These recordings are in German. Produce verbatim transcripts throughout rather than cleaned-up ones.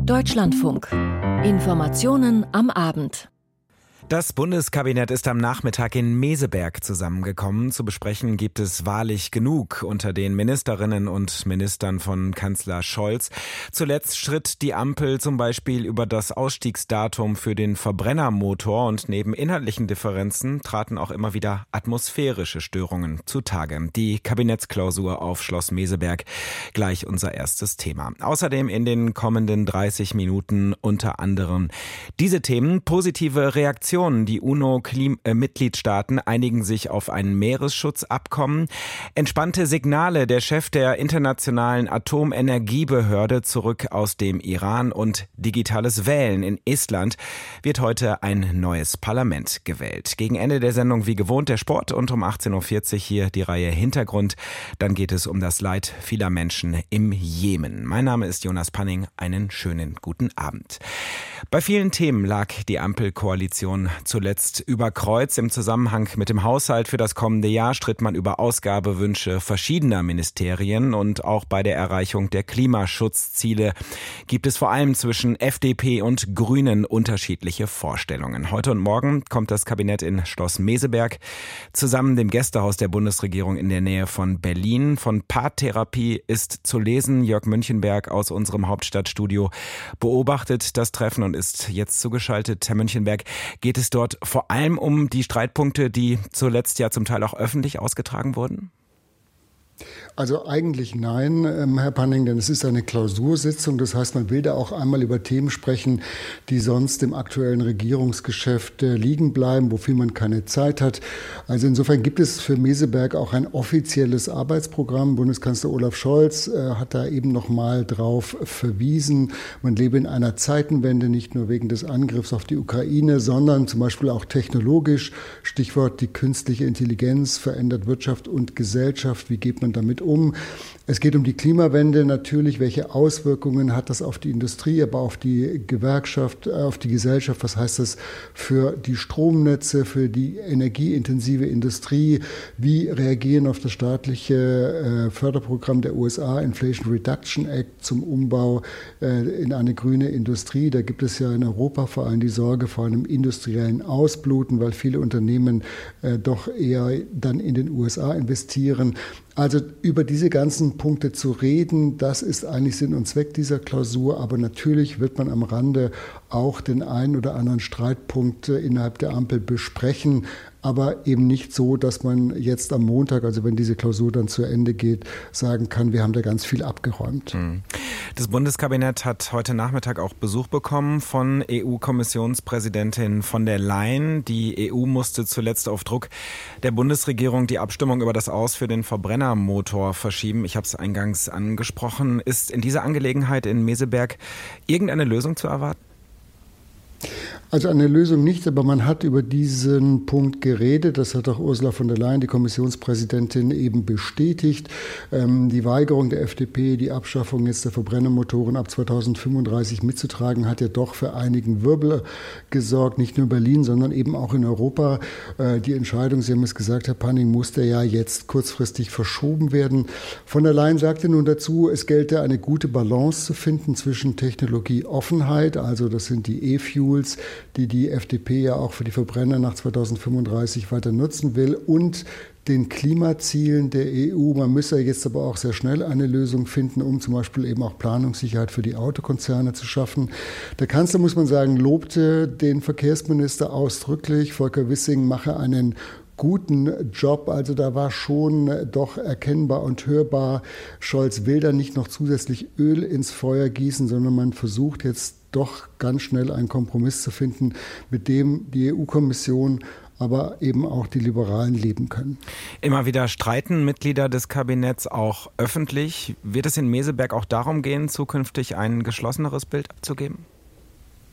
Deutschlandfunk. Informationen am Abend. Das Bundeskabinett ist am Nachmittag in Meseberg zusammengekommen. Zu besprechen gibt es wahrlich genug unter den Ministerinnen und Ministern von Kanzler Scholz. Zuletzt schritt die Ampel zum Beispiel über das Ausstiegsdatum für den Verbrennermotor und neben inhaltlichen Differenzen traten auch immer wieder atmosphärische Störungen zutage. Die Kabinettsklausur auf Schloss Meseberg, gleich unser erstes Thema. Außerdem in den kommenden dreißig Minuten unter anderem diese Themen: positive Reaktionen. Die UNO-Mitgliedstaaten einigen sich auf ein Meeresschutzabkommen. Entspannte Signale: Der Chef der Internationalen Atomenergiebehörde zurück aus dem Iran und digitales Wählen. In Estland wird heute ein neues Parlament gewählt. Gegen Ende der Sendung wie gewohnt der Sport und um achtzehn Uhr vierzig hier die Reihe Hintergrund. Dann geht es um das Leid vieler Menschen im Jemen. Mein Name ist Jonas Panning. Einen schönen guten Abend. Bei vielen Themen lag die Ampelkoalition zuletzt über Kreuz. Im Zusammenhang mit dem Haushalt für das kommende Jahr stritt man über Ausgabewünsche verschiedener Ministerien, und auch bei der Erreichung der Klimaschutzziele gibt es vor allem zwischen F D P und Grünen unterschiedliche Vorstellungen. Heute und morgen kommt das Kabinett in Schloss Meseberg zusammen, dem Gästehaus der Bundesregierung in der Nähe von Berlin. Von Paartherapie ist zu lesen. Jörg Münchenberg aus unserem Hauptstadtstudio beobachtet das Treffen und ist jetzt zugeschaltet. Herr Münchenberg, geht es dort vor allem um die Streitpunkte, die zuletzt ja zum Teil auch öffentlich ausgetragen wurden? Also eigentlich nein, Herr Panning, denn es ist eine Klausursitzung. Das heißt, man will da auch einmal über Themen sprechen, die sonst im aktuellen Regierungsgeschäft liegen bleiben, wofür man keine Zeit hat. Also insofern gibt es für Meseberg auch ein offizielles Arbeitsprogramm. Bundeskanzler Olaf Scholz äh, hat da eben noch mal drauf verwiesen. Man lebe in einer Zeitenwende, nicht nur wegen des Angriffs auf die Ukraine, sondern zum Beispiel auch technologisch. Stichwort: die künstliche Intelligenz verändert Wirtschaft und Gesellschaft. Wie geht man damit um? Es geht um die Klimawende natürlich. Welche Auswirkungen hat das auf die Industrie, aber auf die Gewerkschaft, auf die Gesellschaft? Was heißt das für die Stromnetze, für die energieintensive Industrie? Wie reagieren auf das staatliche äh, Förderprogramm der U S A, Inflation Reduction Act, zum Umbau äh, in eine grüne Industrie? Da gibt es ja in Europa vor allem die Sorge vor einem industriellen Ausbluten, weil viele Unternehmen äh, doch eher dann in den U S A investieren. Also über diese ganzen Punkte zu reden, das ist eigentlich Sinn und Zweck dieser Klausur. Aber natürlich wird man am Rande auch den einen oder anderen Streitpunkt innerhalb der Ampel besprechen. Aber eben nicht so, dass man jetzt am Montag, also wenn diese Klausur dann zu Ende geht, sagen kann, wir haben da ganz viel abgeräumt. Das Bundeskabinett hat heute Nachmittag auch Besuch bekommen von E U-Kommissionspräsidentin von der Leyen. Die E U musste zuletzt auf Druck der Bundesregierung die Abstimmung über das Aus für den Verbrennermotor verschieben. Ich habe es eingangs angesprochen. Ist in dieser Angelegenheit in Meseberg irgendeine Lösung zu erwarten? Also eine Lösung nicht, aber man hat über diesen Punkt geredet. Das hat auch Ursula von der Leyen, die Kommissionspräsidentin, eben bestätigt. Ähm, die Weigerung der F D P, die Abschaffung jetzt der Verbrennermotoren ab zweitausendfünfunddreißig mitzutragen, hat ja doch für einigen Wirbel gesorgt. Nicht nur in Berlin, sondern eben auch in Europa. Äh, die Entscheidung, Sie haben es gesagt, Herr Panning, musste ja jetzt kurzfristig verschoben werden. Von der Leyen sagte nun dazu, es gelte eine gute Balance zu finden zwischen Technologieoffenheit, also das sind die E-Fuels, die die F D P ja auch für die Verbrenner nach zweitausendfünfunddreißig weiter nutzen will, und den Klimazielen der E U. Man müsse jetzt aber auch sehr schnell eine Lösung finden, um zum Beispiel eben auch Planungssicherheit für die Autokonzerne zu schaffen. Der Kanzler, muss man sagen, lobte den Verkehrsminister ausdrücklich. Volker Wissing mache einen guten Job. Also da war schon doch erkennbar und hörbar, Scholz will da nicht noch zusätzlich Öl ins Feuer gießen, sondern man versucht jetzt doch ganz schnell einen Kompromiss zu finden, mit dem die E U-Kommission, aber eben auch die Liberalen leben können. Immer wieder streiten Mitglieder des Kabinetts auch öffentlich. Wird es in Meseberg auch darum gehen, zukünftig ein geschlosseneres Bild abzugeben?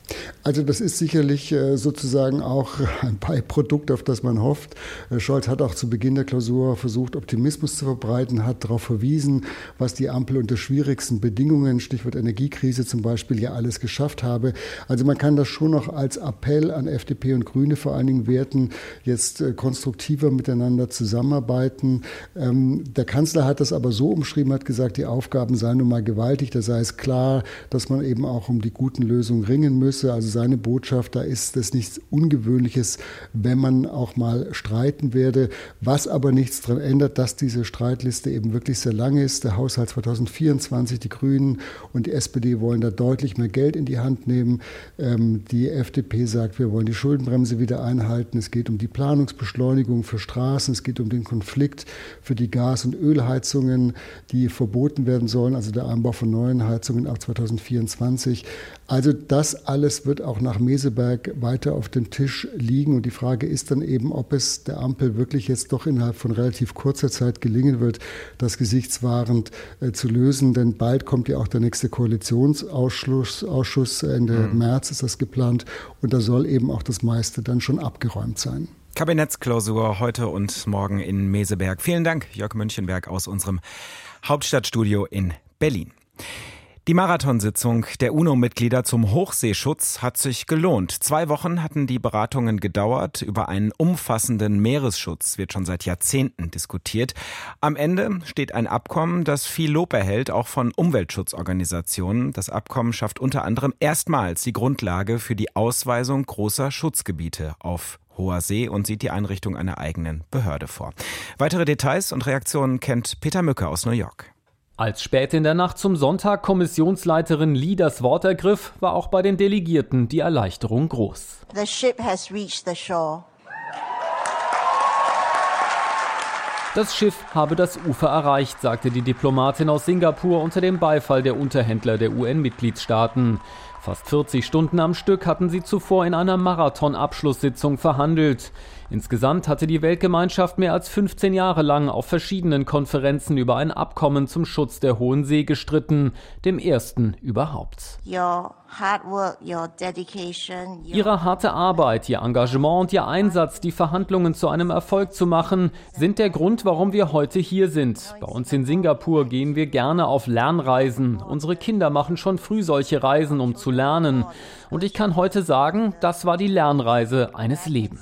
Also das ist sicherlich sozusagen auch ein Beiprodukt, auf das man hofft. Scholz hat auch zu Beginn der Klausur versucht, Optimismus zu verbreiten, hat darauf verwiesen, was die Ampel unter schwierigsten Bedingungen, Stichwort Energiekrise zum Beispiel, ja alles geschafft habe. Also man kann das schon noch als Appell an F D P und Grüne vor allen Dingen werten, jetzt konstruktiver miteinander zusammenarbeiten. Der Kanzler hat das aber so umschrieben, hat gesagt, die Aufgaben seien nun mal gewaltig. Da sei es klar, dass man eben auch um die guten Lösungen ringen müsse. Also seine Botschaft, da ist es nichts Ungewöhnliches, wenn man auch mal streiten werde. Was aber nichts daran ändert, dass diese Streitliste eben wirklich sehr lang ist. Der Haushalt zwanzig vierundzwanzig, die Grünen und die S P D wollen da deutlich mehr Geld in die Hand nehmen. Ähm, die F D P sagt, wir wollen die Schuldenbremse wieder einhalten. Es geht um die Planungsbeschleunigung für Straßen. Es geht um den Konflikt für die Gas- und Ölheizungen, die verboten werden sollen, also der Einbau von neuen Heizungen ab zwanzig vierundzwanzig. Also das alles wird auch nach Meseberg weiter auf dem Tisch liegen. Und die Frage ist dann eben, ob es der Ampel wirklich jetzt doch innerhalb von relativ kurzer Zeit gelingen wird, das gesichtswahrend äh, zu lösen. Denn bald kommt ja auch der nächste Koalitionsausschuss. Ausschuss, Ende mhm. März ist das geplant. Und da soll eben auch das meiste dann schon abgeräumt sein. Kabinettsklausur heute und morgen in Meseberg. Vielen Dank, Jörg Münchenberg aus unserem Hauptstadtstudio in Berlin. Die Marathonsitzung der UNO-Mitglieder zum Hochseeschutz hat sich gelohnt. Zwei Wochen hatten die Beratungen gedauert. Über einen umfassenden Meeresschutz wird schon seit Jahrzehnten diskutiert. Am Ende steht ein Abkommen, das viel Lob erhält, auch von Umweltschutzorganisationen. Das Abkommen schafft unter anderem erstmals die Grundlage für die Ausweisung großer Schutzgebiete auf hoher See und sieht die Einrichtung einer eigenen Behörde vor. Weitere Details und Reaktionen kennt Peter Mücke aus New York. Als spät in der Nacht zum Sonntag Kommissionsleiterin Lee das Wort ergriff, war auch bei den Delegierten die Erleichterung groß. The ship has reached the shore. Das Schiff habe das Ufer erreicht, sagte die Diplomatin aus Singapur unter dem Beifall der Unterhändler der U N-Mitgliedstaaten. Fast vierzig Stunden am Stück hatten sie zuvor in einer Marathon-Abschlusssitzung verhandelt. Insgesamt hatte die Weltgemeinschaft mehr als fünfzehn Jahre lang auf verschiedenen Konferenzen über ein Abkommen zum Schutz der Hohen See gestritten, dem ersten überhaupt. Your hard work, your dedication, your Ihre harte Arbeit, ihr Engagement und ihr Einsatz, die Verhandlungen zu einem Erfolg zu machen, sind der Grund, warum wir heute hier sind. Bei uns in Singapur gehen wir gerne auf Lernreisen. Unsere Kinder machen schon früh solche Reisen, um zu lernen. Und ich kann heute sagen, das war die Lernreise eines Lebens.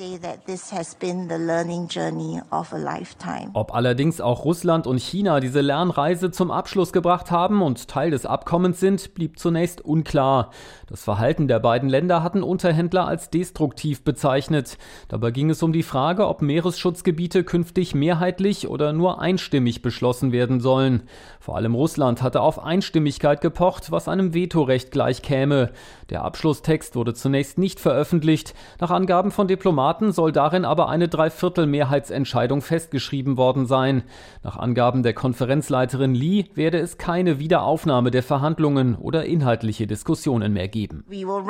Ob allerdings auch Russland und China diese Lernreise zum Abschluss gebracht haben und Teil des Abkommens sind, blieb zunächst unklar. Das Verhalten der beiden Länder hatten Unterhändler als destruktiv bezeichnet. Dabei ging es um die Frage, ob Meeresschutzgebiete künftig mehrheitlich oder nur einstimmig beschlossen werden sollen. Vor allem Russland hatte auf Einstimmigkeit gepocht, was einem Vetorecht gleichkäme. Der Abschlusstext wurde zunächst nicht veröffentlicht. Nach Angaben von Diplomaten soll darin aber eine Dreiviertel-Mehrheitsentscheidung festgeschrieben worden sein. Nach Angaben der Konferenzleiterin Lee werde es keine Wiederaufnahme der Verhandlungen oder inhaltliche Diskussionen mehr geben.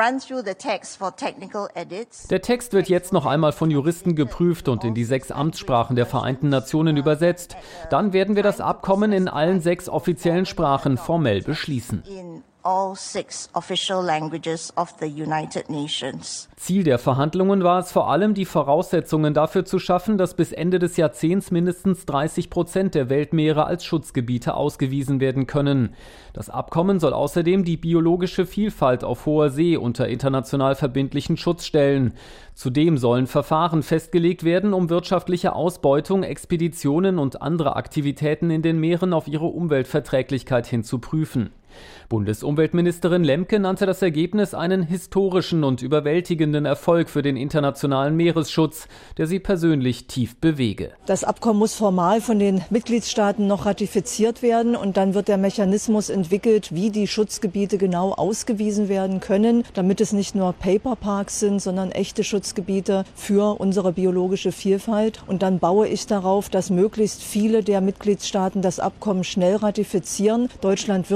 Der Text wird jetzt noch einmal von Juristen geprüft und in die sechs Amtssprachen der Vereinten Nationen übersetzt. Dann werden wir das Abkommen in allen sechs offiziellen Sprachen formell beschließen. all six official languages of the United Nations. Ziel der Verhandlungen war es vor allem, die Voraussetzungen dafür zu schaffen, dass bis Ende des Jahrzehnts mindestens dreißig Prozent der Weltmeere als Schutzgebiete ausgewiesen werden können. Das Abkommen soll außerdem die biologische Vielfalt auf hoher See unter international verbindlichen Schutz stellen. Zudem sollen Verfahren festgelegt werden, um wirtschaftliche Ausbeutung, Expeditionen und andere Aktivitäten in den Meeren auf ihre Umweltverträglichkeit hin zu prüfen. Bundesumweltministerin Lemke nannte das Ergebnis einen historischen und überwältigenden Erfolg für den internationalen Meeresschutz, der sie persönlich tief bewege. Das Abkommen muss formal von den Mitgliedstaaten noch ratifiziert werden und dann wird der Mechanismus entwickelt, wie die Schutzgebiete genau ausgewiesen werden können, damit es nicht nur Paperparks sind, sondern echte Schutzgebiete für unsere biologische Vielfalt. Und dann baue ich darauf, dass möglichst viele der Mitgliedstaaten das Abkommen schnell ratifizieren. Deutschland wird sich dafür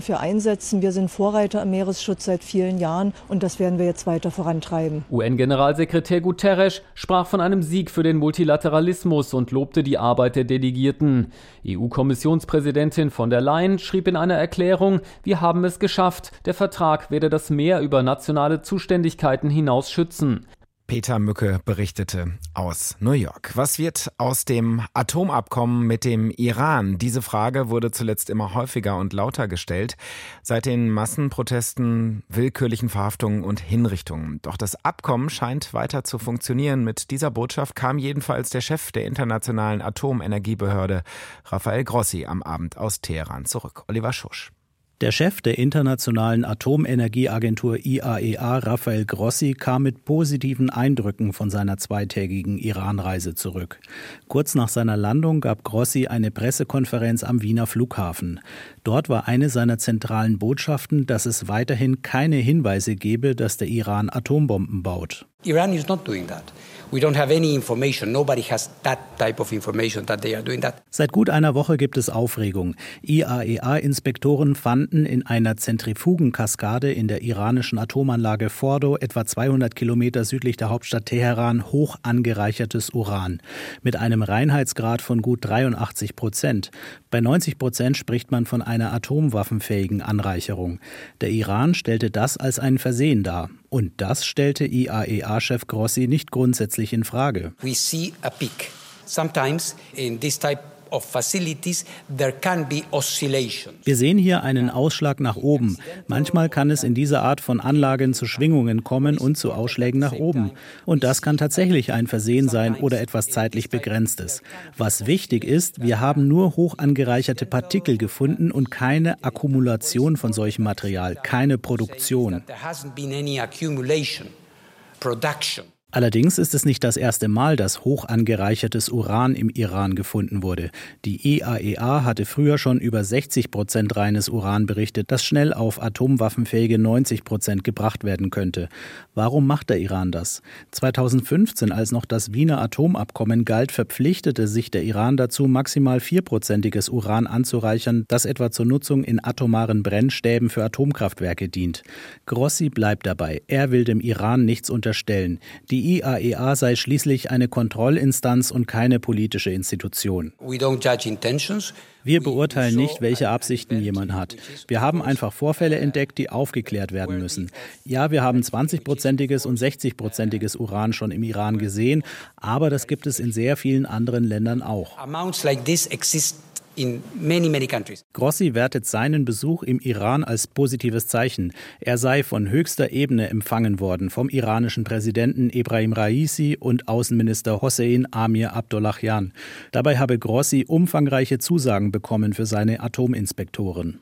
dafür einsetzen. Wir sind Vorreiter im Meeresschutz seit vielen Jahren und das werden wir jetzt weiter vorantreiben. U N-Generalsekretär Guterres sprach von einem Sieg für den Multilateralismus und lobte die Arbeit der Delegierten. E U-Kommissionspräsidentin von der Leyen schrieb in einer Erklärung, wir haben es geschafft. Der Vertrag werde das Meer über nationale Zuständigkeiten hinaus schützen. Peter Mücke berichtete aus New York. Was wird aus dem Atomabkommen mit dem Iran? Diese Frage wurde zuletzt immer häufiger und lauter gestellt, seit den Massenprotesten, willkürlichen Verhaftungen und Hinrichtungen. Doch das Abkommen scheint weiter zu funktionieren. Mit dieser Botschaft kam jedenfalls der Chef der Internationalen Atomenergiebehörde, Rafael Grossi, am Abend aus Teheran zurück. Oliver Schusch. Der Chef der Internationalen Atomenergieagentur I A E A, Rafael Grossi, kam mit positiven Eindrücken von seiner zweitägigen Iran-Reise zurück. Kurz nach seiner Landung gab Grossi eine Pressekonferenz am Wiener Flughafen. Dort war eine seiner zentralen Botschaften, dass es weiterhin keine Hinweise gebe, dass der Iran Atombomben baut. Iran is not doing that. We don't have any information. Nobody has that type of information that they are doing that. Seit gut einer Woche gibt es Aufregung. I A E A-Inspektoren fanden in einer Zentrifugenkaskade in der iranischen Atomanlage Fordo, etwa zweihundert Kilometer südlich der Hauptstadt Teheran, hoch angereichertes Uran. Mit einem Reinheitsgrad von gut dreiundachtzig Prozent. Bei neunzig Prozent spricht man von einer atomwaffenfähigen Anreicherung. Der Iran stellte das als ein Versehen dar. Und das stellte I A E A-Chef Grossi nicht grundsätzlich in Frage. We see a peak. Sometimes in this type of facilities there can be oscillation. Wir sehen hier einen Ausschlag nach oben. Manchmal kann es in dieser Art von Anlagen zu Schwingungen kommen und zu Ausschlägen nach oben. Und das kann tatsächlich ein Versehen sein oder etwas zeitlich Begrenztes. Was wichtig ist, wir haben nur hoch angereicherte Partikel gefunden und keine Akkumulation von solchem Material, keine Produktion. Allerdings ist es nicht das erste Mal, dass hoch angereichertes Uran im Iran gefunden wurde. Die I A E A hatte früher schon über sechzig Prozent reines Uran berichtet, das schnell auf atomwaffenfähige neunzig Prozent gebracht werden könnte. Warum macht der Iran das? zweitausendfünfzehn, als noch das Wiener Atomabkommen galt, verpflichtete sich der Iran dazu, maximal vierprozentiges Uran anzureichern, das etwa zur Nutzung in atomaren Brennstäben für Atomkraftwerke dient. Grossi bleibt dabei. Er will dem Iran nichts unterstellen. Die I A E A sei schließlich eine Kontrollinstanz und keine politische Institution. Wir beurteilen nicht, welche Absichten jemand hat. Wir haben einfach Vorfälle entdeckt, die aufgeklärt werden müssen. Ja, wir haben zwanzig-prozentiges und sechzig-prozentiges Uran schon im Iran gesehen, aber das gibt es in sehr vielen anderen Ländern auch. In many, many countries. Grossi wertet seinen Besuch im Iran als positives Zeichen. Er sei von höchster Ebene empfangen worden vom iranischen Präsidenten Ebrahim Raisi und Außenminister Hossein Amir Abdollahian. Dabei habe Grossi umfangreiche Zusagen bekommen für seine Atominspektoren.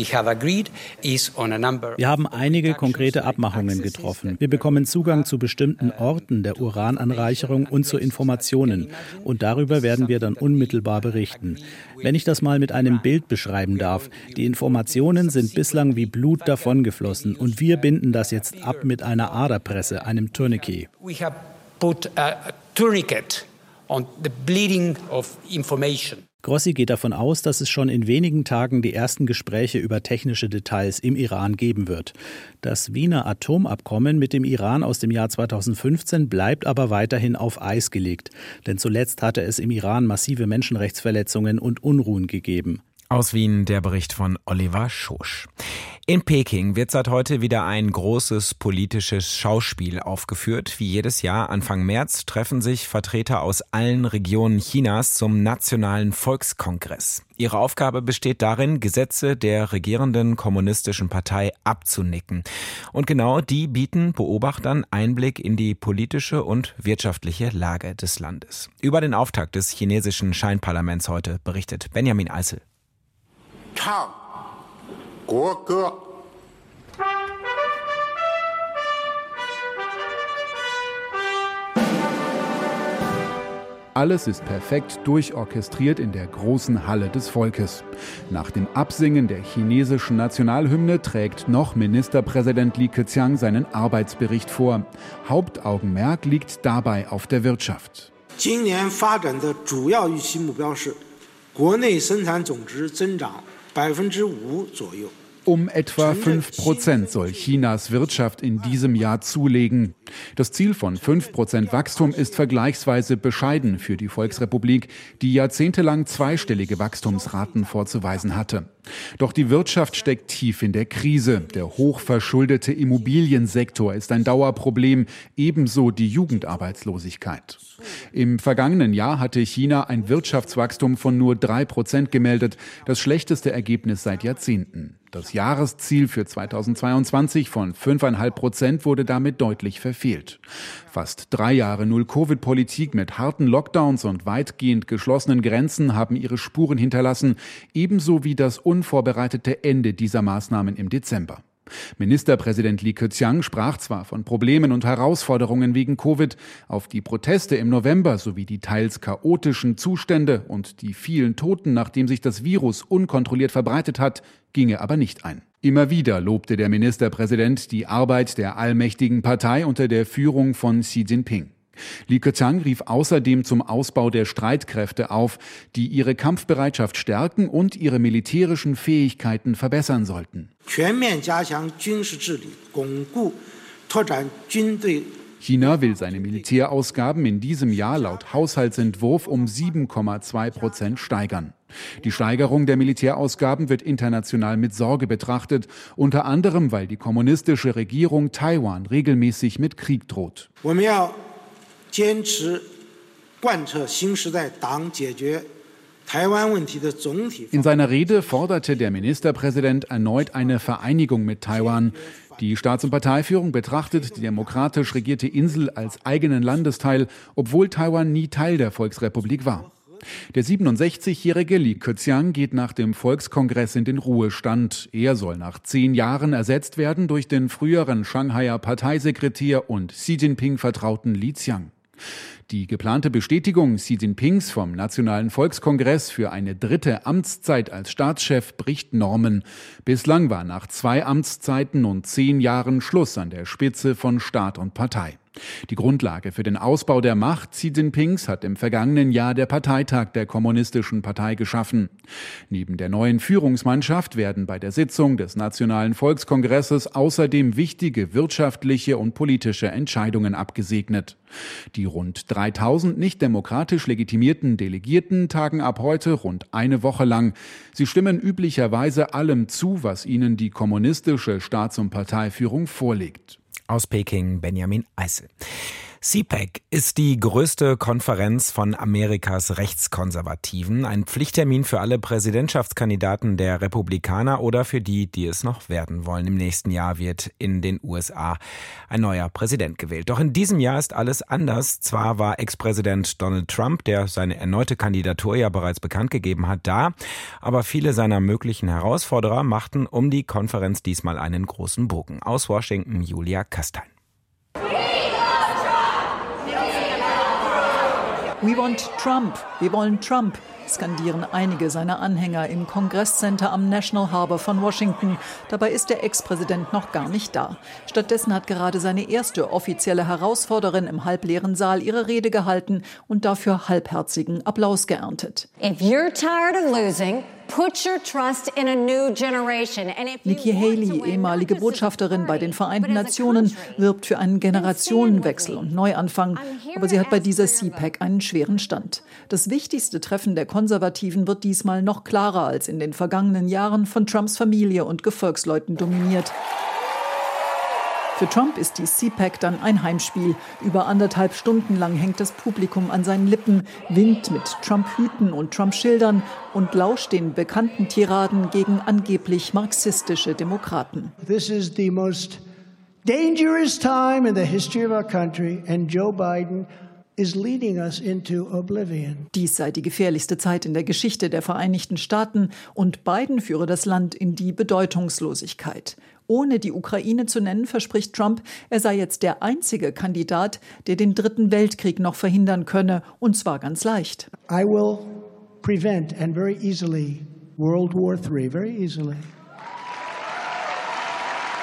Wir haben einige konkrete Abmachungen getroffen. Wir bekommen Zugang zu bestimmten Orten der Urananreicherung und zu Informationen. Und darüber werden wir dann unmittelbar berichten. Wenn ich das mal mit einem Bild beschreiben darf. Die Informationen sind bislang wie Blut davongeflossen und wir binden das jetzt ab mit einer Aderpresse, einem Tourniquet. We have put a tourniquet on the bleeding of information. Grossi geht davon aus, dass es schon in wenigen Tagen die ersten Gespräche über technische Details im Iran geben wird. Das Wiener Atomabkommen mit dem Iran aus dem Jahr zweitausendfünfzehn bleibt aber weiterhin auf Eis gelegt. Denn zuletzt hatte es im Iran massive Menschenrechtsverletzungen und Unruhen gegeben. Aus Wien der Bericht von Oliver Schosch. In Peking wird seit heute wieder ein großes politisches Schauspiel aufgeführt. Wie jedes Jahr Anfang März treffen sich Vertreter aus allen Regionen Chinas zum Nationalen Volkskongress. Ihre Aufgabe besteht darin, Gesetze der regierenden kommunistischen Partei abzunicken. Und genau die bieten Beobachtern Einblick in die politische und wirtschaftliche Lage des Landes. Über den Auftakt des chinesischen Scheinparlaments heute berichtet Benjamin Eisel. Alles ist perfekt durchorchestriert in der großen Halle des Volkes. Nach dem Absingen der chinesischen Nationalhymne trägt noch Ministerpräsident Li Keqiang seinen Arbeitsbericht vor. Hauptaugenmerk liegt dabei auf der Wirtschaft. Um etwa fünf Prozent soll Chinas Wirtschaft in diesem Jahr zulegen. Das Ziel von fünf Prozent Wachstum ist vergleichsweise bescheiden für die Volksrepublik, die jahrzehntelang zweistellige Wachstumsraten vorzuweisen hatte. Doch die Wirtschaft steckt tief in der Krise. Der hochverschuldete Immobiliensektor ist ein Dauerproblem, ebenso die Jugendarbeitslosigkeit. Im vergangenen Jahr hatte China ein Wirtschaftswachstum von nur drei Prozent gemeldet, das schlechteste Ergebnis seit Jahrzehnten. Das Jahresziel für zweitausendzweiundzwanzig von fünf Komma fünf Prozent wurde damit deutlich verfehlt. Fast drei Jahre Null-Covid-Politik mit harten Lockdowns und weitgehend geschlossenen Grenzen haben ihre Spuren hinterlassen, ebenso wie das unvorbereitete Ende dieser Maßnahmen im Dezember. Ministerpräsident Li Keqiang sprach zwar von Problemen und Herausforderungen wegen Covid, auf die Proteste im November sowie die teils chaotischen Zustände und die vielen Toten, nachdem sich das Virus unkontrolliert verbreitet hat, ging er aber nicht ein. Immer wieder lobte der Ministerpräsident die Arbeit der allmächtigen Partei unter der Führung von Xi Jinping. Li Keqiang rief außerdem zum Ausbau der Streitkräfte auf, die ihre Kampfbereitschaft stärken und ihre militärischen Fähigkeiten verbessern sollten. China will seine Militärausgaben in diesem Jahr laut Haushaltsentwurf um sieben Komma zwei Prozent steigern. Die Steigerung der Militärausgaben wird international mit Sorge betrachtet, unter anderem, weil die kommunistische Regierung Taiwan regelmäßig mit Krieg droht. In seiner Rede forderte der Ministerpräsident erneut eine Vereinigung mit Taiwan. Die Staats- und Parteiführung betrachtet die demokratisch regierte Insel als eigenen Landesteil, obwohl Taiwan nie Teil der Volksrepublik war. Der siebenundsechzigjährige Li Keqiang geht nach dem Volkskongress in den Ruhestand. Er soll nach zehn Jahren ersetzt werden durch den früheren Shanghaier Parteisekretär und Xi Jinping vertrauten Li Qiang. Die geplante Bestätigung Xi Jinpings vom Nationalen Volkskongress für eine dritte Amtszeit als Staatschef bricht Normen. Bislang war nach zwei Amtszeiten und zehn Jahren Schluss an der Spitze von Staat und Partei. Die Grundlage für den Ausbau der Macht Xi Jinpings hat im vergangenen Jahr der Parteitag der Kommunistischen Partei geschaffen. Neben der neuen Führungsmannschaft werden bei der Sitzung des Nationalen Volkskongresses außerdem wichtige wirtschaftliche und politische Entscheidungen abgesegnet. Die rund dreitausend nicht demokratisch legitimierten Delegierten tagen ab heute rund eine Woche lang. Sie stimmen üblicherweise allem zu, was ihnen die kommunistische Staats- und Parteiführung vorlegt. Aus Peking Benjamin Eisel. C PAC ist die größte Konferenz von Amerikas Rechtskonservativen. Ein Pflichttermin für alle Präsidentschaftskandidaten der Republikaner oder für die, die es noch werden wollen. Im nächsten Jahr wird in den U S A ein neuer Präsident gewählt. Doch in diesem Jahr ist alles anders. Zwar war Ex-Präsident Donald Trump, der seine erneute Kandidatur ja bereits bekannt gegeben hat, da, aber viele seiner möglichen Herausforderer machten um die Konferenz diesmal einen großen Bogen. Aus Washington Julia Kastein. We want Trump, wir wollen Trump, skandieren einige seiner Anhänger im Kongresscenter am National Harbor von Washington. Dabei ist der Ex-Präsident noch gar nicht da. Stattdessen hat gerade seine erste offizielle Herausforderin im halbleeren Saal ihre Rede gehalten und dafür halbherzigen Applaus geerntet. If you're tired of losing, put your trust in a new generation. Nikki Haley, ehemalige Botschafterin bei den Vereinten Nationen, wirbt für einen Generationenwechsel und Neuanfang. Aber sie hat bei dieser C PAC einen schweren Stand. Das wichtigste Treffen der Konservativen wird diesmal noch klarer als in den vergangenen Jahren von Trumps Familie und Gefolgsleuten dominiert. Für Trump ist die C PAC dann ein Heimspiel. Über anderthalb Stunden lang hängt das Publikum an seinen Lippen, winkt mit Trump-Hüten und Trump-Schildern und lauscht den bekannten Tiraden gegen angeblich marxistische Demokraten. This is the most dangerous time in the history of our country, and Joe Biden is leading us into oblivion. Dies sei die gefährlichste Zeit in der Geschichte der Vereinigten Staaten und Biden führe das Land in die Bedeutungslosigkeit. Ohne die Ukraine zu nennen, verspricht Trump, er sei jetzt der einzige Kandidat, der den Dritten Weltkrieg noch verhindern könne, und zwar ganz leicht. I will prevent and very easily World War three, very easily.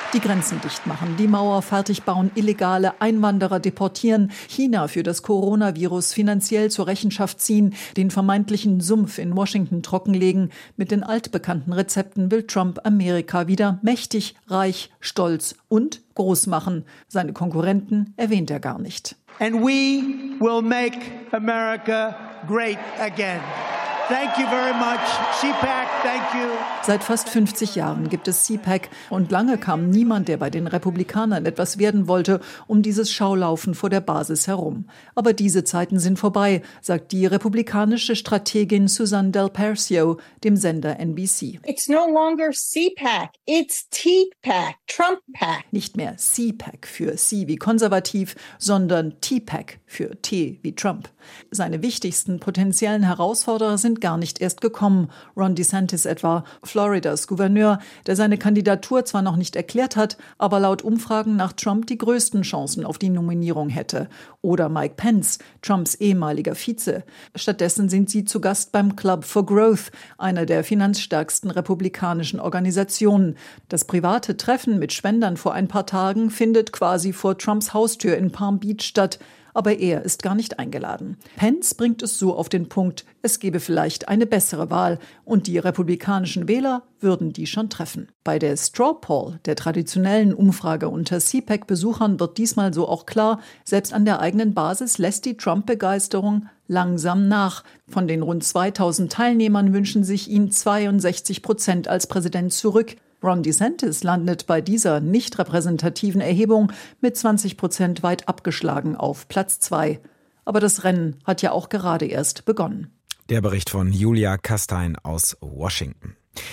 Die Grenzen dicht machen, die Mauer fertig bauen, illegale Einwanderer deportieren, China für das Coronavirus finanziell zur Rechenschaft ziehen, den vermeintlichen Sumpf in Washington trockenlegen. Mit den altbekannten Rezepten will Trump Amerika wieder mächtig, reich, stolz und groß machen. Seine Konkurrenten erwähnt er gar nicht. And we will make America great again. Thank you very much. C PAC, thank you. Seit fast fünfzig Jahren gibt es C PAC und lange kam niemand, der bei den Republikanern etwas werden wollte, um dieses Schaulaufen vor der Basis herum. Aber diese Zeiten sind vorbei, sagt die republikanische Strategin Susan Del Percio dem Sender N B C. It's no longer C PAC, it's T PAC, Trump PAC. Nicht mehr C PAC für C wie konservativ, sondern T PAC für T wie Trump. Seine wichtigsten potenziellen Herausforderer sind gar nicht erst gekommen. Ron DeSantis etwa, Floridas Gouverneur, der seine Kandidatur zwar noch nicht erklärt hat, aber laut Umfragen nach Trump die größten Chancen auf die Nominierung hätte. Oder Mike Pence, Trumps ehemaliger Vize. Stattdessen sind sie zu Gast beim Club for Growth, einer der finanzstärksten republikanischen Organisationen. Das private Treffen mit Spendern vor ein paar Tagen findet quasi vor Trumps Haustür in Palm Beach statt. Aber er ist gar nicht eingeladen. Pence bringt es so auf den Punkt, es gebe vielleicht eine bessere Wahl und die republikanischen Wähler würden die schon treffen. Bei der Straw Poll, der traditionellen Umfrage unter C PAC-Besuchern, wird diesmal so auch klar, selbst an der eigenen Basis lässt die Trump-Begeisterung langsam nach. Von den rund zweitausend Teilnehmern wünschen sich ihn zweiundsechzig Prozent als Präsident zurück. Ron DeSantis landet bei dieser nicht repräsentativen Erhebung mit zwanzig Prozent weit abgeschlagen auf Platz zwei. Aber das Rennen hat ja auch gerade erst begonnen. Der Bericht von Julia Kastein aus Washington.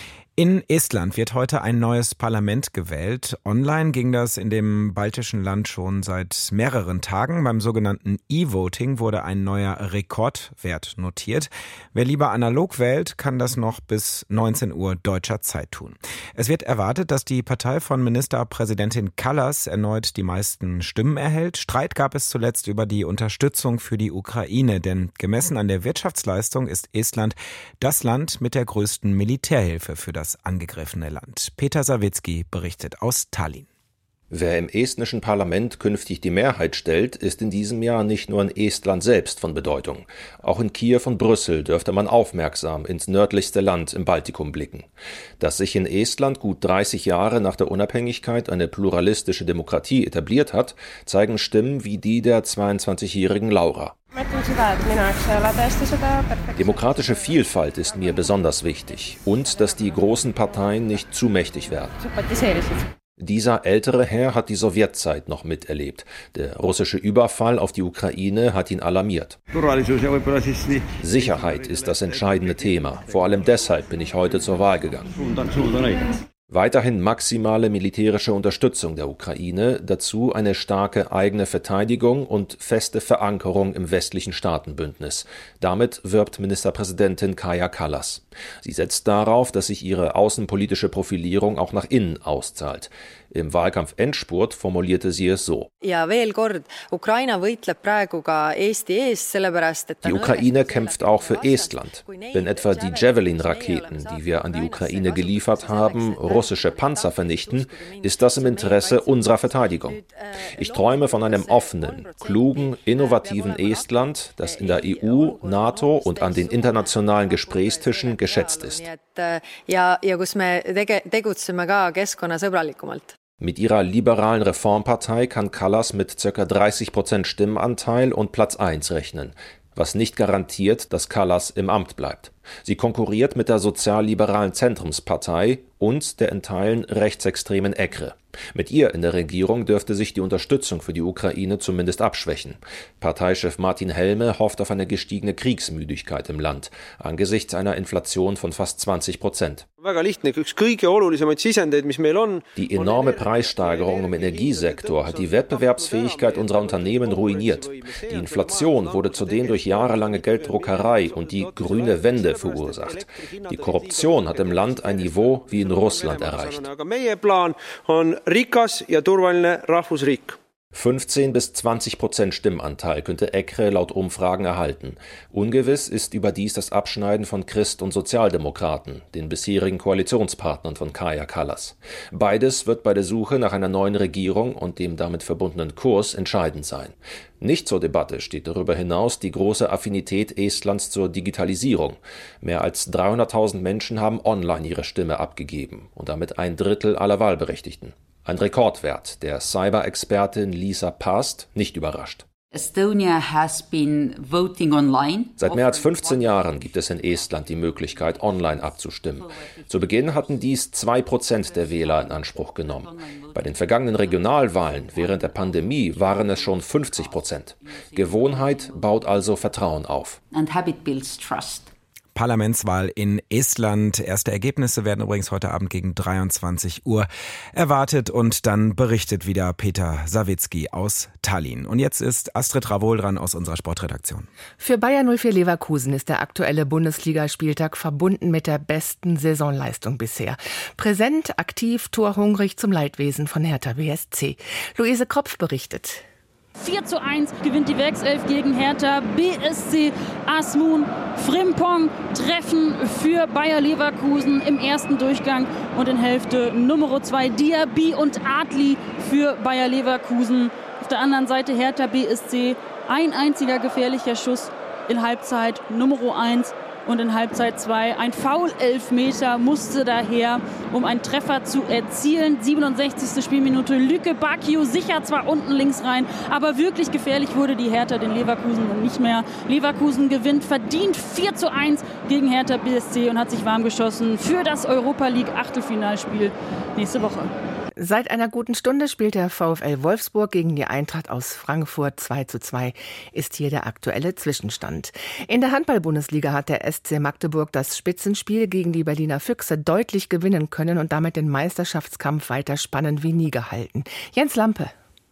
In Estland wird heute ein neues Parlament gewählt. Online ging das in dem baltischen Land schon seit mehreren Tagen. Beim sogenannten E-Voting wurde ein neuer Rekordwert notiert. Wer lieber analog wählt, kann das noch bis neunzehn Uhr deutscher Zeit tun. Es wird erwartet, dass die Partei von Ministerpräsidentin Kallas erneut die meisten Stimmen erhält. Streit gab es zuletzt über die Unterstützung für die Ukraine, denn gemessen an der Wirtschaftsleistung ist Estland das Land mit der größten Militärhilfe für das das angegriffene Land. Peter Sawicki berichtet aus Tallinn. Wer im estnischen Parlament künftig die Mehrheit stellt, ist in diesem Jahr nicht nur in Estland selbst von Bedeutung. Auch in Kiew und Brüssel dürfte man aufmerksam ins nördlichste Land im Baltikum blicken. Dass sich in Estland gut dreißig Jahre nach der Unabhängigkeit eine pluralistische Demokratie etabliert hat, zeigen Stimmen wie die der zweiundzwanzigjährigen Laura. Demokratische Vielfalt ist mir besonders wichtig und dass die großen Parteien nicht zu mächtig werden. Dieser ältere Herr hat die Sowjetzeit noch miterlebt. Der russische Überfall auf die Ukraine hat ihn alarmiert. Sicherheit ist das entscheidende Thema. Vor allem deshalb bin ich heute zur Wahl gegangen. Weiterhin maximale militärische Unterstützung der Ukraine, dazu eine starke eigene Verteidigung und feste Verankerung im westlichen Staatenbündnis. Damit wirbt Ministerpräsidentin Kaja Kallas. Sie setzt darauf, dass sich ihre außenpolitische Profilierung auch nach innen auszahlt. Im Wahlkampf-Endspurt formulierte sie es so. Die Ukraine kämpft auch für Estland. Wenn etwa die Javelin-Raketen, die wir an die Ukraine geliefert haben, russische Panzer vernichten, ist das im Interesse unserer Verteidigung. Ich träume von einem offenen, klugen, innovativen Estland, das in der E U, NATO und an den internationalen Gesprächstischen geschätzt ist. Mit ihrer liberalen Reformpartei kann Kallas mit ca. dreißig Prozent Stimmenanteil und Platz eins rechnen, was nicht garantiert, dass Kallas im Amt bleibt. Sie konkurriert mit der sozialliberalen Zentrumspartei und der in Teilen rechtsextremen E K R E. Mit ihr in der Regierung dürfte sich die Unterstützung für die Ukraine zumindest abschwächen. Parteichef Martin Helme hofft auf eine gestiegene Kriegsmüdigkeit im Land, angesichts einer Inflation von fast zwanzig Prozent. Die enorme Preissteigerung im Energiesektor hat die Wettbewerbsfähigkeit unserer Unternehmen ruiniert. Die Inflation wurde zudem durch jahrelange Gelddruckerei und die grüne Wende verursacht. Die Korruption hat im Land ein Niveau wie in Russland erreicht. fünfzehn bis zwanzig Prozent Stimmanteil könnte Ekre laut Umfragen erhalten. Ungewiss ist überdies das Abschneiden von Christ- und Sozialdemokraten, den bisherigen Koalitionspartnern von Kaja Kallas. Beides wird bei der Suche nach einer neuen Regierung und dem damit verbundenen Kurs entscheidend sein. Nicht zur Debatte steht darüber hinaus die große Affinität Estlands zur Digitalisierung. Mehr als dreihunderttausend Menschen haben online ihre Stimme abgegeben und damit ein Drittel aller Wahlberechtigten. Ein Rekordwert, der Cyber-Expertin Lisa Past nicht überrascht. Estonia has been voting online. Seit mehr als fünfzehn Jahren gibt es in Estland die Möglichkeit, online abzustimmen. Zu Beginn hatten dies zwei Prozent der Wähler in Anspruch genommen. Bei den vergangenen Regionalwahlen während der Pandemie waren es schon fünfzig Prozent. Gewohnheit baut also Vertrauen auf. And habit builds trust. Parlamentswahl in Estland. Erste Ergebnisse werden übrigens heute Abend gegen dreiundzwanzig Uhr erwartet und dann berichtet wieder Peter Sawicki aus Tallinn. Und jetzt ist Astrid Ravol dran aus unserer Sportredaktion. Für Bayer null vier Leverkusen ist der aktuelle Bundesligaspieltag verbunden mit der besten Saisonleistung bisher. Präsent, aktiv, torhungrig zum Leidwesen von Hertha B S C. Luise Kropf berichtet. vier zu eins gewinnt die Werkself gegen Hertha. B S C, Asmun, Frimpong treffen für Bayer Leverkusen im ersten Durchgang und in Hälfte Nummer zwei Diaby und Adli für Bayer Leverkusen. Auf der anderen Seite Hertha B S C, ein einziger gefährlicher Schuss in Halbzeit Nummer eins. Und in Halbzeit zwei ein Foul-Elfmeter musste daher, um einen Treffer zu erzielen. siebenundsechzigste Spielminute, Lücke Bacchio sicher zwar unten links rein, aber wirklich gefährlich wurde die Hertha den Leverkusen nicht mehr. Leverkusen gewinnt verdient vier zu eins gegen Hertha B S C und hat sich warm geschossen für das Europa-League-Achtelfinalspiel nächste Woche. Seit einer guten Stunde spielt der VfL Wolfsburg gegen die Eintracht aus Frankfurt. zwei zu zwei ist hier der aktuelle Zwischenstand. In der Handball-Bundesliga hat der S C Magdeburg das Spitzenspiel gegen die Berliner Füchse deutlich gewinnen können und damit den Meisterschaftskampf weiter spannend wie nie gehalten. Jens Lampe.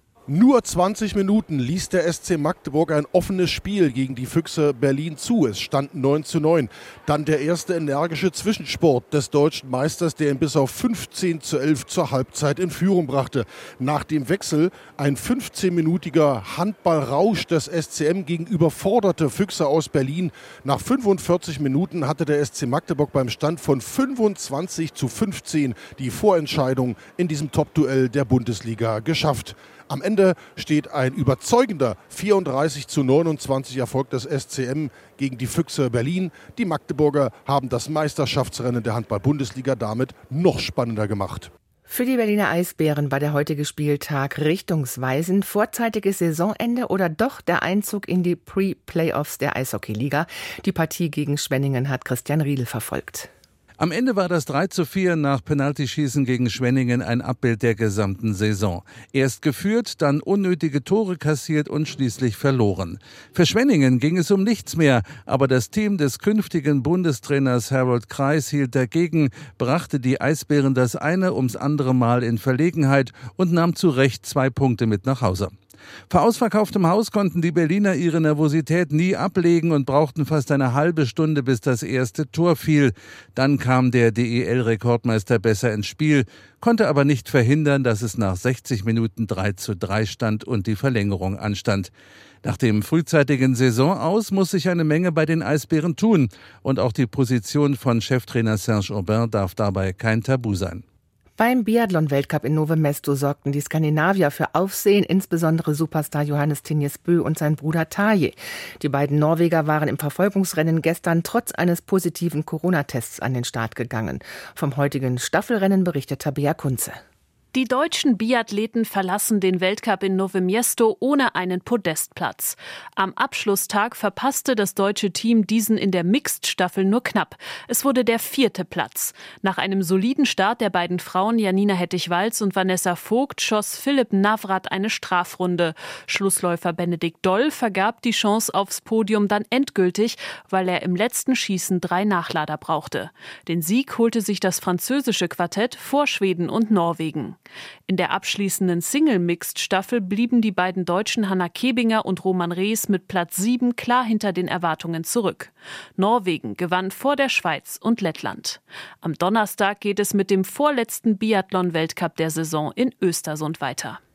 Nur zwanzig Minuten ließ der S C Magdeburg ein offenes Spiel gegen die Füchse Berlin zu. Es stand neun zu neun. Dann der erste energische Zwischensport des deutschen Meisters, der ihn bis auf fünfzehn zu elf zur Halbzeit in Führung brachte. Nach dem Wechsel ein fünfzehnminütiger Handballrausch des S C M gegen überforderte Füchse aus Berlin. Nach fünfundvierzig Minuten hatte der S C Magdeburg beim Stand von fünfundzwanzig zu fünfzehn die Vorentscheidung in diesem Top-Duell der Bundesliga geschafft. Am Ende steht ein überzeugender vierunddreißig zu neunundzwanzig Erfolg des S C M gegen die Füchse Berlin. Die Magdeburger haben das Meisterschaftsrennen der Handball-Bundesliga damit noch spannender gemacht. Für die Berliner Eisbären war der heutige Spieltag richtungsweisend. Vorzeitiges Saisonende oder doch der Einzug in die Pre-Playoffs der Eishockeyliga. Die Partie gegen Schwenningen hat Christian Riedel verfolgt. Am Ende war das drei zu vier nach Penaltyschießen gegen Schwenningen ein Abbild der gesamten Saison. Erst geführt, dann unnötige Tore kassiert und schließlich verloren. Für Schwenningen ging es um nichts mehr, aber das Team des künftigen Bundestrainers Harold Kreis hielt dagegen, brachte die Eisbären das eine ums andere Mal in Verlegenheit und nahm zu Recht zwei Punkte mit nach Hause. Vor ausverkauftem Haus konnten die Berliner ihre Nervosität nie ablegen und brauchten fast eine halbe Stunde, bis das erste Tor fiel. Dann kam der D E L-Rekordmeister besser ins Spiel, konnte aber nicht verhindern, dass es nach sechzig Minuten drei zu drei stand und die Verlängerung anstand. Nach dem frühzeitigen Saisonaus muss sich eine Menge bei den Eisbären tun. Und auch die Position von Cheftrainer Serge Aubin darf dabei kein Tabu sein. Beim Biathlon-Weltcup in Nove Mesto sorgten die Skandinavier für Aufsehen, insbesondere Superstar Johannes Tinjes Bø und sein Bruder Tarje. Die beiden Norweger waren im Verfolgungsrennen gestern trotz eines positiven Corona-Tests an den Start gegangen. Vom heutigen Staffelrennen berichtet Tabea Kunze. Die deutschen Biathleten verlassen den Weltcup in Nove Mesto ohne einen Podestplatz. Am Abschlusstag verpasste das deutsche Team diesen in der Mixed-Staffel nur knapp. Es wurde der vierte Platz. Nach einem soliden Start der beiden Frauen Janina Hettich-Walz und Vanessa Vogt schoss Philipp Navrat eine Strafrunde. Schlussläufer Benedikt Doll vergab die Chance aufs Podium dann endgültig, weil er im letzten Schießen drei Nachlader brauchte. Den Sieg holte sich das französische Quartett vor Schweden und Norwegen. In der abschließenden Single-Mixed-Staffel blieben die beiden Deutschen Hanna Kebinger und Roman Rees mit Platz sieben klar hinter den Erwartungen zurück. Norwegen gewann vor der Schweiz und Lettland. Am Donnerstag geht es mit dem vorletzten Biathlon-Weltcup der Saison in Östersund weiter.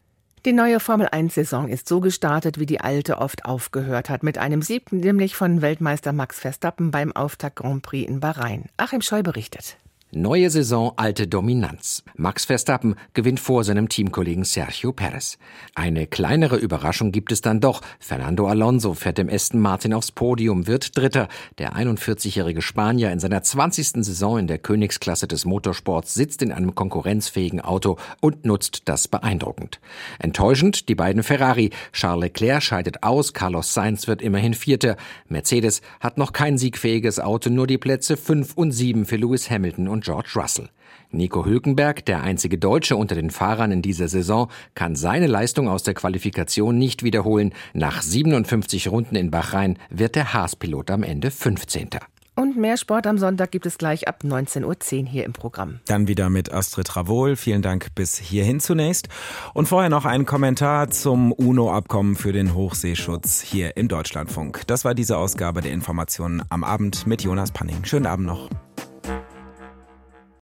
Die neue Formel eins Saison ist so gestartet, wie die alte oft aufgehört hat. Mit einem Sieg, nämlich von Weltmeister Max Verstappen beim Auftakt-Grand Prix in Bahrain. Achim Scheu berichtet. Neue Saison, alte Dominanz. Max Verstappen gewinnt vor seinem Teamkollegen Sergio Perez. Eine kleinere Überraschung gibt es dann doch. Fernando Alonso fährt dem Aston Martin aufs Podium, wird Dritter. Der einundvierzigjährige Spanier in seiner zwanzigsten Saison in der Königsklasse des Motorsports sitzt in einem konkurrenzfähigen Auto und nutzt das beeindruckend. Enttäuschend die beiden Ferrari. Charles Leclerc scheidet aus, Carlos Sainz wird immerhin Vierter. Mercedes hat noch kein siegfähiges Auto, nur die Plätze fünf und sieben für Lewis Hamilton und George Russell. Nico Hülkenberg, der einzige Deutsche unter den Fahrern in dieser Saison, kann seine Leistung aus der Qualifikation nicht wiederholen. Nach siebenundfünfzig Runden in Bahrain wird der Haas-Pilot am Ende fünfzehnter Und mehr Sport am Sonntag gibt es gleich ab neunzehn Uhr zehn hier im Programm. Dann wieder mit Astrid Ravohl. Vielen Dank bis hierhin zunächst. Und vorher noch ein Kommentar zum UNO-Abkommen für den Hochseeschutz hier im Deutschlandfunk. Das war diese Ausgabe der Informationen am Abend mit Jonas Panning. Schönen Abend noch.